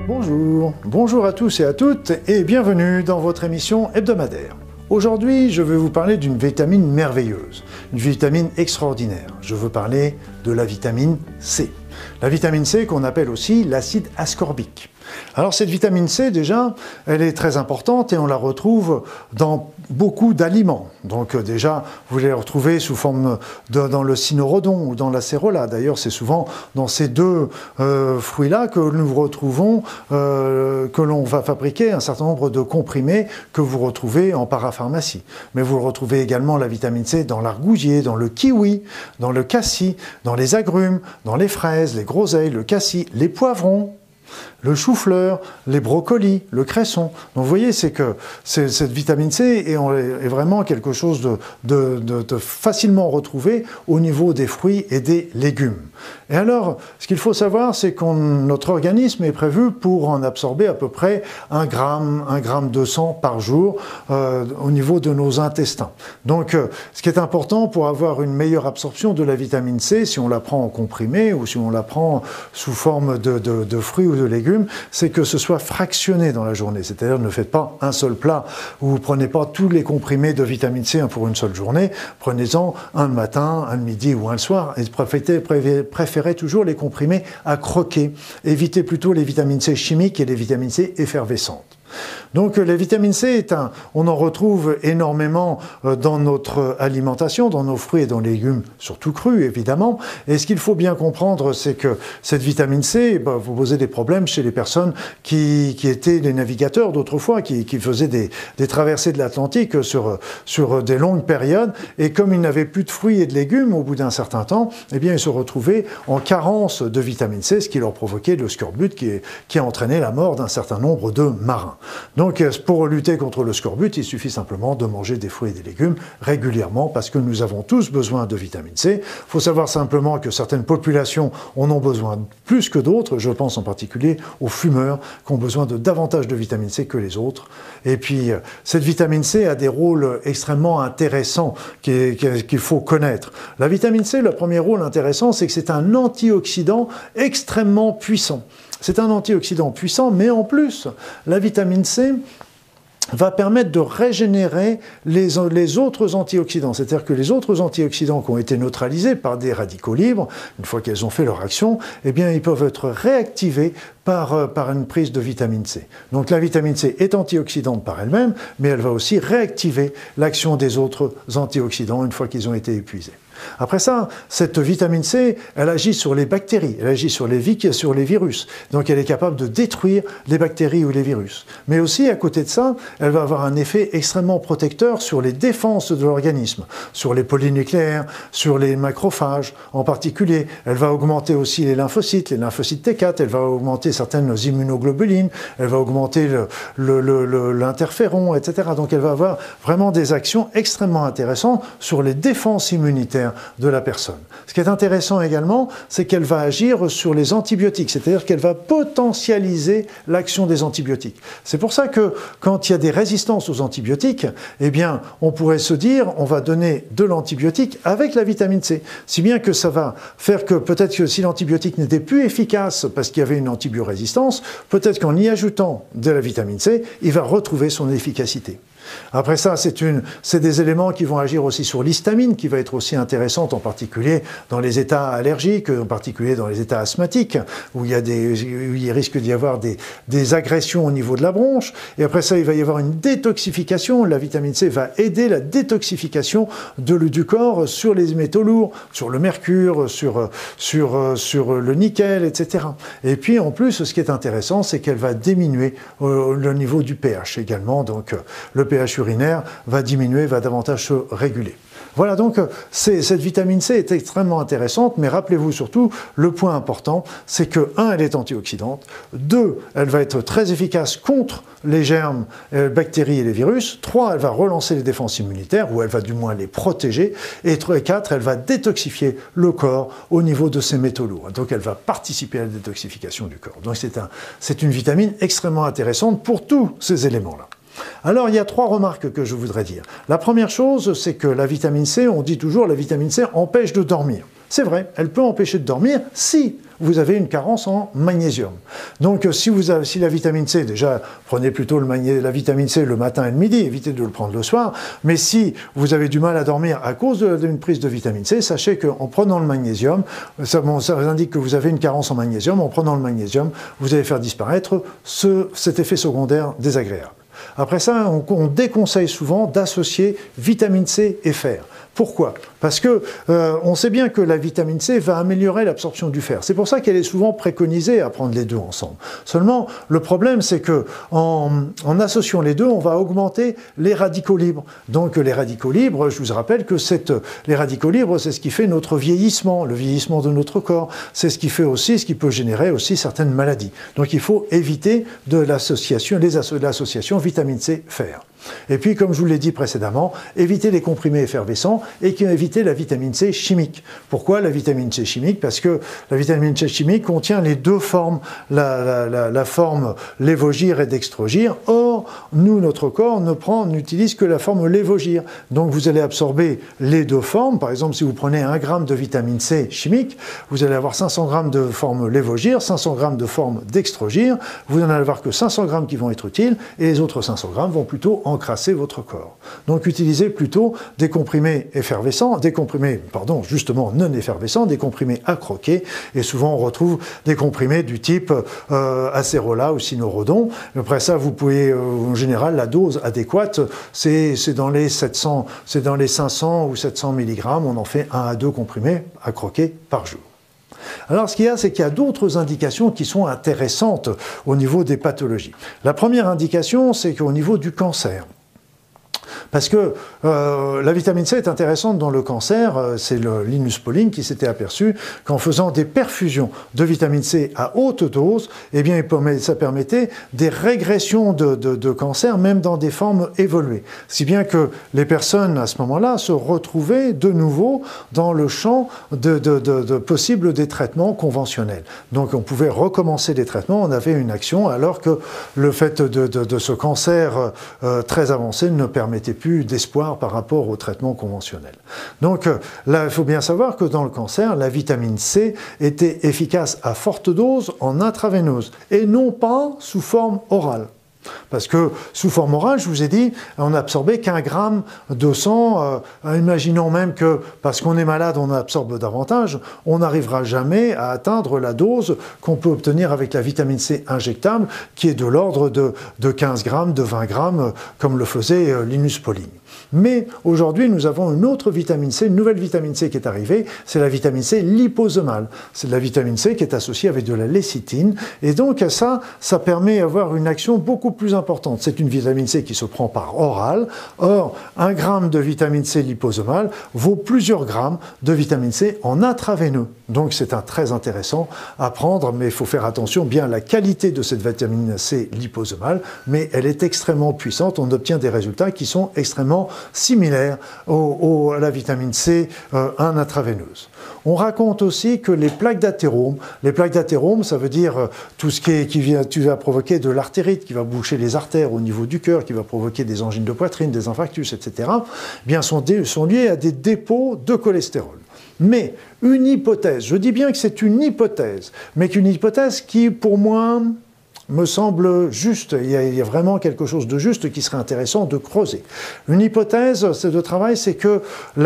Bonjour à tous et à toutes et bienvenue dans votre émission hebdomadaire. Aujourd'hui, je vais vous parler d'une vitamine merveilleuse, une vitamine extraordinaire. Je veux parler de la vitamine C. La vitamine C qu'on appelle aussi l'acide ascorbique. Alors cette vitamine C déjà, elle est très importante et on la retrouve dans beaucoup d'aliments. Donc déjà, vous allez la retrouver sous forme dans le cynorhodon ou dans l'acérola. D'ailleurs, c'est souvent dans ces deux fruits-là que nous retrouvons, que l'on va fabriquer un certain nombre de comprimés que vous retrouvez en parapharmacie. Mais vous retrouvez également la vitamine C dans l'argousier, dans le kiwi, dans le cassis, dans les agrumes, dans les fraises, les groseilles, le cassis, les poivrons, le chou-fleur, les brocolis, le cresson. Donc vous voyez, c'est que cette vitamine C est vraiment quelque chose de facilement retrouvé au niveau des fruits et des légumes. Et alors, ce qu'il faut savoir, c'est que notre organisme est prévu pour en absorber à peu près 1 gramme de sang par jour au niveau de nos intestins. Donc, ce qui est important pour avoir une meilleure absorption de la vitamine C, si on la prend en comprimé ou si on la prend sous forme de fruits ou de légumes, c'est que ce soit fractionné dans la journée. C'est-à-dire, ne faites pas un seul plat ou vous ne prenez pas tous les comprimés de vitamine C pour une seule journée. Prenez-en un le matin, un le midi ou un le soir et préférez toujours les comprimés à croquer. Évitez plutôt les vitamines C chimiques et les vitamines C effervescentes. Donc la vitamine C, on en retrouve énormément dans notre alimentation, dans nos fruits et dans les légumes, surtout crus évidemment. Et ce qu'il faut bien comprendre, c'est que cette vitamine C vous posez des problèmes chez les personnes qui étaient des navigateurs d'autrefois, qui faisaient des traversées de l'Atlantique sur des longues périodes. Et comme ils n'avaient plus de fruits et de légumes au bout d'un certain temps, eh bien ils se retrouvaient en carence de vitamine C, ce qui leur provoquait le scorbut qui a entraîné la mort d'un certain nombre de marins. Donc pour lutter contre le scorbut, il suffit simplement de manger des fruits et des légumes régulièrement parce que nous avons tous besoin de vitamine C. Il faut savoir simplement que certaines populations en ont besoin plus que d'autres. Je pense en particulier aux fumeurs qui ont besoin de davantage de vitamine C que les autres. Et puis cette vitamine C a des rôles extrêmement intéressants qu'il faut connaître. La vitamine C, le premier rôle intéressant, c'est que c'est un antioxydant extrêmement puissant. C'est un antioxydant puissant, mais en plus, la vitamine C va permettre de régénérer les autres antioxydants. C'est-à-dire que les autres antioxydants qui ont été neutralisés par des radicaux libres, une fois qu'ils ont fait leur action, eh bien, ils peuvent être réactivés par une prise de vitamine C. Donc la vitamine C est antioxydante par elle-même, mais elle va aussi réactiver l'action des autres antioxydants une fois qu'ils ont été épuisés. Après ça, cette vitamine C, elle agit sur les bactéries, elle agit sur les virus. Donc elle est capable de détruire les bactéries ou les virus. Mais aussi, à côté de ça, elle va avoir un effet extrêmement protecteur sur les défenses de l'organisme, sur les polynucléaires, sur les macrophages en particulier. Elle va augmenter aussi les lymphocytes T4, elle va augmenter certaines immunoglobulines, elle va augmenter l'interféron, etc. Donc elle va avoir vraiment des actions extrêmement intéressantes sur les défenses immunitaires de la personne. Ce qui est intéressant également, c'est qu'elle va agir sur les antibiotiques, c'est-à-dire qu'elle va potentialiser l'action des antibiotiques. C'est pour ça que quand il y a des résistances aux antibiotiques, eh bien, on pourrait se dire, on va donner de l'antibiotique avec la vitamine C. Si bien que ça va faire que peut-être que si l'antibiotique n'était plus efficace parce qu'il y avait une antibiorésistance, peut-être qu'en y ajoutant de la vitamine C, il va retrouver son efficacité. Après ça, c'est des éléments qui vont agir aussi sur l'histamine, qui va être aussi intéressante, en particulier dans les états allergiques, en particulier dans les états asthmatiques, où il risque d'y avoir des agressions au niveau de la bronche. Et après ça, il va y avoir une détoxification. La vitamine C va aider la détoxification du corps sur les métaux lourds, sur le mercure, sur le nickel, etc. Et puis, en plus, ce qui est intéressant, c'est qu'elle va diminuer le niveau du pH également. Donc, le pH urinaire va diminuer, va davantage se réguler. Voilà, donc cette vitamine C est extrêmement intéressante, mais rappelez-vous surtout, le point important, c'est que 1, elle est antioxydante, 2, elle va être très efficace contre les germes, bactéries et les virus, 3, elle va relancer les défenses immunitaires, ou elle va du moins les protéger, et 4, elle va détoxifier le corps au niveau de ces métaux lourds. Donc elle va participer à la détoxification du corps. Donc c'est une vitamine extrêmement intéressante pour tous ces éléments-là. Alors, il y a 3 remarques que je voudrais dire. La première chose, c'est que la vitamine C, on dit toujours la vitamine C empêche de dormir. C'est vrai, elle peut empêcher de dormir si vous avez une carence en magnésium. Donc si la vitamine C, déjà prenez plutôt la vitamine C le matin et le midi, évitez de le prendre le soir, mais si vous avez du mal à dormir à cause d'une prise de vitamine C, sachez qu'en prenant le magnésium, ça vous indique que vous avez une carence en magnésium, en prenant le magnésium, vous allez faire disparaître cet effet secondaire désagréable. Après ça, on déconseille souvent d'associer vitamine C et fer. Pourquoi? Parce que on sait bien que la vitamine C va améliorer l'absorption du fer. C'est pour ça qu'elle est souvent préconisée à prendre les deux ensemble. Seulement, le problème, c'est que en associant les deux, on va augmenter les radicaux libres. Donc les radicaux libres, je vous rappelle que les radicaux libres, c'est ce qui fait notre vieillissement, le vieillissement de notre corps. C'est ce qui fait aussi, ce qui peut générer aussi certaines maladies. Donc il faut éviter l'association vitamine C-fer. Et puis, comme je vous l'ai dit précédemment, éviter les comprimés effervescents et éviter la vitamine C chimique. Pourquoi la vitamine C chimique? Parce que la vitamine C chimique contient les deux formes, la forme lévogir et dextrogir. Or, nous, notre corps n'utilise que la forme lévogir. Donc, vous allez absorber les deux formes. Par exemple, si vous prenez 1 gramme de vitamine C chimique, vous allez avoir 500 grammes de forme lévogir, 500 grammes de forme dextrogir. Vous n'en allez avoir que 500 grammes qui vont être utiles et les autres 500 grammes vont plutôt encrasser votre corps. Donc utilisez plutôt des comprimés effervescents, justement non effervescents, des comprimés à croquer, et souvent on retrouve des comprimés du type acérola ou cynorhodon. Après ça, vous pouvez, en général, la dose adéquate, c'est dans les 500 ou 700 mg, on en fait 1 à 2 comprimés à croquer par jour. Alors ce qu'il y a, c'est qu'il y a d'autres indications qui sont intéressantes au niveau des pathologies. La première indication, c'est qu'au niveau du cancer. Parce que la vitamine C est intéressante dans le cancer, c'est Linus Pauling qui s'était aperçu qu'en faisant des perfusions de vitamine C à haute dose, eh bien, ça permettait des régressions de cancer, même dans des formes évoluées. Si bien que les personnes, à ce moment-là, se retrouvaient de nouveau dans le champ possible des traitements conventionnels. Donc on pouvait recommencer les traitements, on avait une action, alors que le fait de ce cancer très avancé ne permettait plus d'espoir par rapport au traitement conventionnel. Donc là, il faut bien savoir que dans le cancer, la vitamine C était efficace à forte dose en intraveineuse et non pas sous forme orale. Parce que sous forme orale, je vous ai dit, on n'absorbait qu'1 gramme de sang. Imaginons même que, parce qu'on est malade, on absorbe davantage, on n'arrivera jamais à atteindre la dose qu'on peut obtenir avec la vitamine C injectable, qui est de l'ordre de 15 grammes, de 20 grammes, comme le faisait Linus Pauling. Mais aujourd'hui, nous avons une autre vitamine C, une nouvelle vitamine C qui est arrivée, c'est la vitamine C liposomale. C'est de la vitamine C qui est associée avec de la lécithine, et donc ça permet d'avoir une action beaucoup plus importante. C'est une vitamine C qui se prend par oral. Or, 1 gramme de vitamine C liposomale vaut plusieurs grammes de vitamine C en intraveineux. Donc c'est très intéressant à prendre, mais il faut faire attention bien à la qualité de cette vitamine C liposomale, mais elle est extrêmement puissante. On obtient des résultats qui sont extrêmement similaires à la vitamine C intraveineuse. On raconte aussi que les plaques d'athérome, ça veut dire tout ce qui va provoquer de l'artérite, qui va boucher les artères au niveau du cœur, qui va provoquer des angines de poitrine, des infarctus, etc., bien sont liés à des dépôts de cholestérol. Mais une hypothèse, je dis bien que c'est une hypothèse, mais qu'une hypothèse qui, pour moi, me semble juste. Il y a vraiment quelque chose de juste qui serait intéressant de creuser. Une hypothèse de travail, c'est que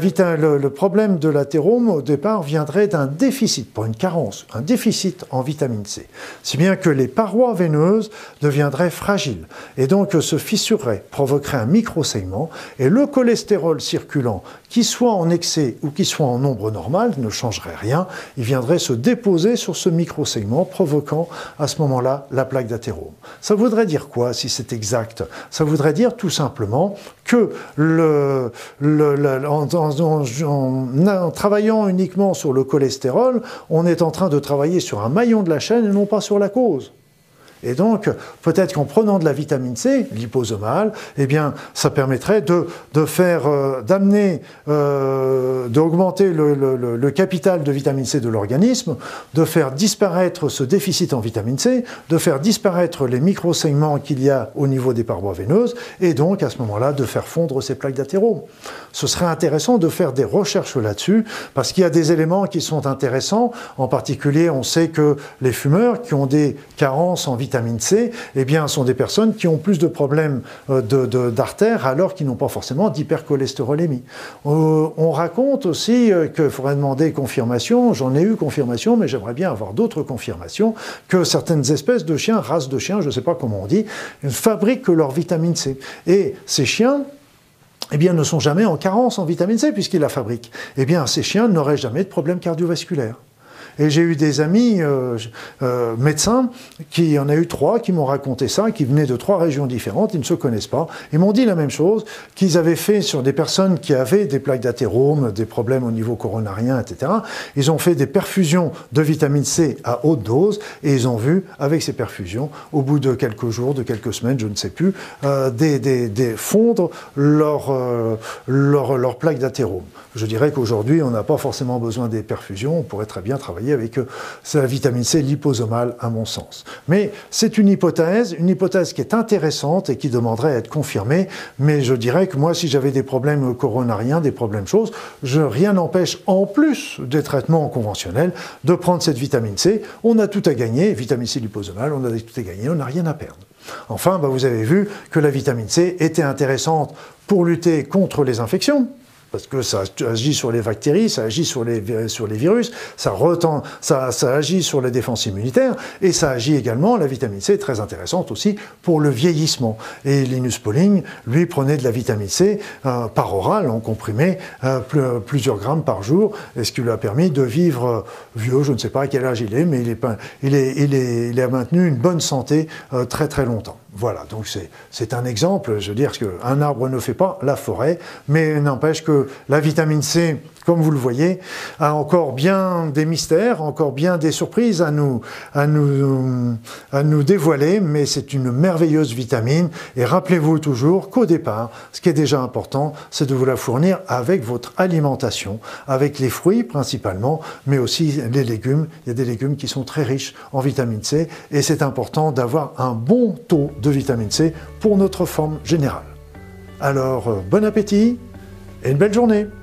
le problème de l'athérome, au départ, viendrait d'un déficit, pas une carence, un déficit en vitamine C. Si bien que les parois veineuses deviendraient fragiles et donc se fissureraient, provoqueraient un microsaignement, et le cholestérol circulant, qu'il soit en excès ou qu'il soit en nombre normal, ne changerait rien, il viendrait se déposer sur ce microsaignement, provoquant à ce moment-là la plaque d'athérome. Ça voudrait dire quoi, si c'est exact? Ça voudrait dire tout simplement que en travaillant uniquement sur le cholestérol, on est en train de travailler sur un maillon de la chaîne et non pas sur la cause. Et donc, peut-être qu'en prenant de la vitamine C, liposomale, eh bien, ça permettrait d'augmenter le capital de vitamine C de l'organisme, de faire disparaître ce déficit en vitamine C, de faire disparaître les micro-saignements qu'il y a au niveau des parois veineuses, et donc, à ce moment-là, de faire fondre ces plaques d'athérome. Ce serait intéressant de faire des recherches là-dessus, parce qu'il y a des éléments qui sont intéressants. En particulier, on sait que les fumeurs qui ont des carences en vitamine C, eh bien, sont des personnes qui ont plus de problèmes d'artères alors qu'ils n'ont pas forcément d'hypercholestérolémie. On raconte aussi qu'il faudrait demander confirmation, j'en ai eu confirmation, mais j'aimerais bien avoir d'autres confirmations, que certaines espèces de chiens, races de chiens, je ne sais pas comment on dit, fabriquent leur vitamine C. Et ces chiens, eh bien, ne sont jamais en carence en vitamine C puisqu'ils la fabriquent. Eh bien, ces chiens n'auraient jamais de problème cardiovasculaire. Et j'ai eu des amis médecins, il y en a eu 3 qui m'ont raconté ça, qui venaient de 3 régions différentes, ils ne se connaissent pas, ils m'ont dit la même chose, qu'ils avaient fait sur des personnes qui avaient des plaques d'athérome, des problèmes au niveau coronarien, etc. Ils ont fait des perfusions de vitamine C à haute dose, et ils ont vu, avec ces perfusions, au bout de quelques jours, de quelques semaines, je ne sais plus, fondre leur plaque d'athérome. Je dirais qu'aujourd'hui, on n'a pas forcément besoin des perfusions, on pourrait très bien travailler avec la vitamine C liposomale, à mon sens. Mais c'est une hypothèse qui est intéressante et qui demanderait à être confirmée, mais je dirais que moi, si j'avais des problèmes coronariens, des problèmes choses, rien n'empêche, en plus des traitements conventionnels, de prendre cette vitamine C. On a tout à gagner, vitamine C liposomale, on a tout à gagner, on n'a rien à perdre. Enfin, vous avez vu que la vitamine C était intéressante pour lutter contre les infections, parce que ça agit sur les bactéries, ça agit sur les virus, ça agit sur la défense immunitaire, et ça agit également, la vitamine C est très intéressante aussi pour le vieillissement. Et Linus Pauling, lui, prenait de la vitamine C par oral, en comprimé, plusieurs grammes par jour, et ce qui lui a permis de vivre vieux, je ne sais pas à quel âge il est, mais il a maintenu une bonne santé très très longtemps. Voilà, donc c'est un exemple, je veux dire qu'un arbre ne fait pas la forêt, mais n'empêche que la vitamine C, comme vous le voyez, a encore bien des mystères, encore bien des surprises à nous dévoiler, mais c'est une merveilleuse vitamine. Et rappelez-vous toujours qu'au départ, ce qui est déjà important, c'est de vous la fournir avec votre alimentation, avec les fruits principalement, mais aussi les légumes. Il y a des légumes qui sont très riches en vitamine C, et c'est important d'avoir un bon taux de vitamine C pour notre forme générale. Alors, bon appétit et une belle journée!